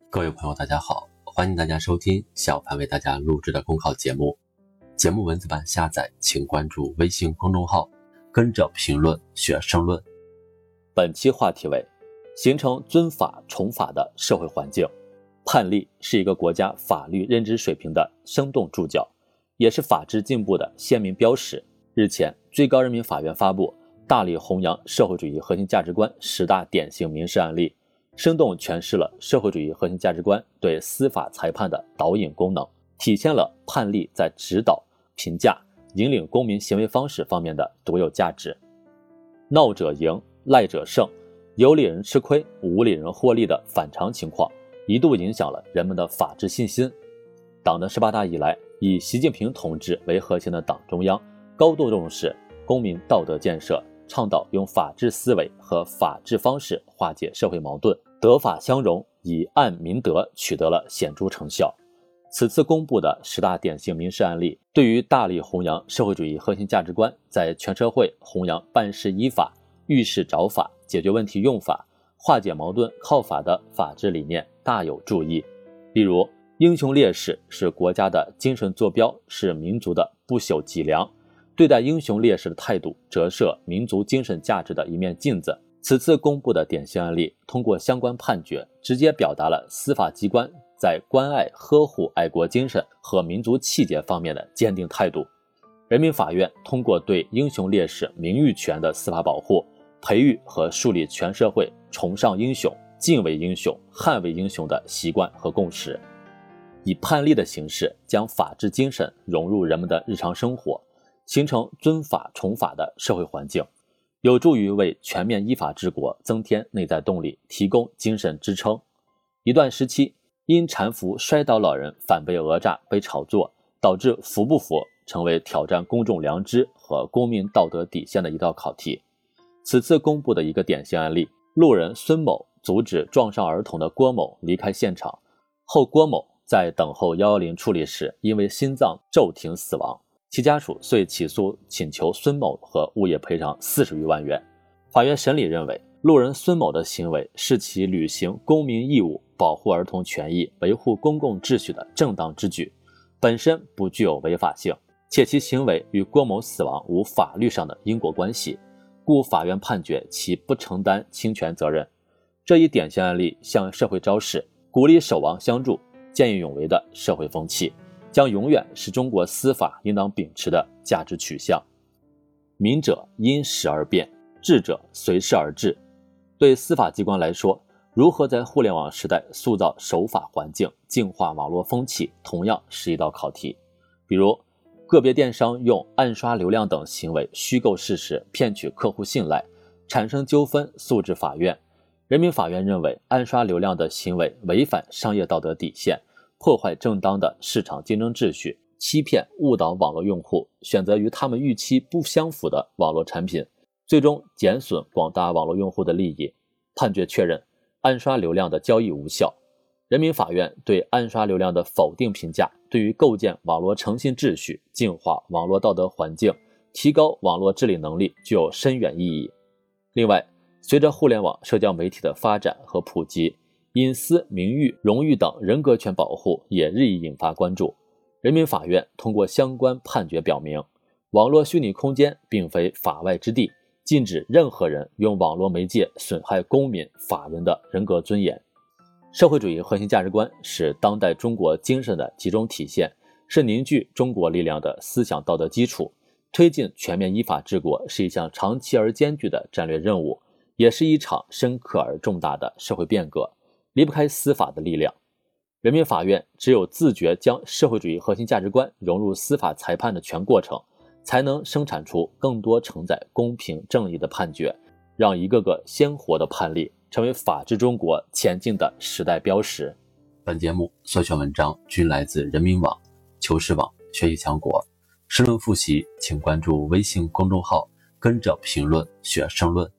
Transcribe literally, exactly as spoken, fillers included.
各位朋友大家好，欢迎大家收听小凡为大家录制的公考节目。节目文字版下载请关注微信公众号，跟着评论学申论。 本期话题为形成尊法崇法的社会环境。判例是一个国家法律认知水平的生动注脚，也是法治进步的鲜明标识。日前，最高人民法院发布大力弘扬社会主义核心价值观十大典型民事案例，生动诠释了社会主义核心价值观对司法裁判的导引功能，体现了判例在指导、评价、引领公民行为方式方面的独有价值。闹者赢，赖者胜，有理人吃亏，无理人获利的反常情况，一度影响了人们的法治信心。党的十八大以来，以习近平同志为核心的党中央高度重视公民道德建设，倡导用法治思维和法治方式化解社会矛盾，德法相容，以案明德取得了显著成效。此次公布的十大典型民事案例，对于大力弘扬社会主义核心价值观，在全社会弘扬办事依法、遇事找法、解决问题用法、化解矛盾靠法的法治理念大有注意。例如，英雄烈士是国家的精神坐标，是民族的不朽脊梁，对待英雄烈士的态度折射民族精神价值的一面镜子。此次公布的典型案例，通过相关判决直接表达了司法机关在关爱呵护爱国精神和民族气节方面的坚定态度。人民法院通过对英雄烈士名誉权的司法保护，培育和树立全社会崇尚英雄、敬畏英雄、捍卫英雄的习惯和共识，以判例的形式将法治精神融入人们的日常生活，形成尊法崇法的社会环境，有助于为全面依法治国增添内在动力，提供精神支撑。一段时期，因搀扶摔倒老人反被讹诈被炒作，导致服不服成为挑战公众良知和公民道德底线的一道考题。此次公布的一个典型案例，路人孙某阻止撞伤儿童的郭某离开现场后，郭某在等候一一零处理时因为心脏骤停死亡，其家属遂起诉请求孙某和物业赔偿四十余万元。法院审理认为，路人孙某的行为是其履行公民义务、保护儿童权益、维护公共秩序的正当之举，本身不具有违法性，且其行为与郭某死亡无法律上的因果关系，故法院判决其不承担侵权责任。这一典型案例向社会昭示，鼓励守望相助、见义勇为的社会风气，将永远是中国司法应当秉持的价值取向。民者因时而变，治者随事而治。对司法机关来说，如何在互联网时代塑造守法环境、净化网络风气，同样是一道考题。比如，个别电商用暗刷流量等行为虚构事实，骗取客户信赖，产生纠纷诉至法院。人民法院认为，暗刷流量的行为违反商业道德底线，破坏正当的市场竞争秩序，欺骗误导网络用户选择与他们预期不相符的网络产品，最终减损广大网络用户的利益。判决确认，暗刷流量的交易无效。人民法院对暗刷流量的否定评价，对于构建网络诚信秩序、净化网络道德环境、提高网络治理能力具有深远意义。另外，随着互联网社交媒体的发展和普及，隐私、名誉、荣誉等人格权保护也日益引发关注。人民法院通过相关判决表明，网络虚拟空间并非法外之地，禁止任何人用网络媒介损害公民、法人的人格尊严。社会主义核心价值观是当代中国精神的集中体现，是凝聚中国力量的思想道德基础。推进全面依法治国是一项长期而艰巨的战略任务，也是一场深刻而重大的社会变革，离不开司法的力量。人民法院只有自觉将社会主义核心价值观融入司法裁判的全过程，才能生产出更多承载公平正义的判决，让一个个鲜活的判例成为法治中国前进的时代标识。 本节目所选文章均来自人民网、求是网、学习强国。申论复习请关注微信公众号，跟着评论学申论。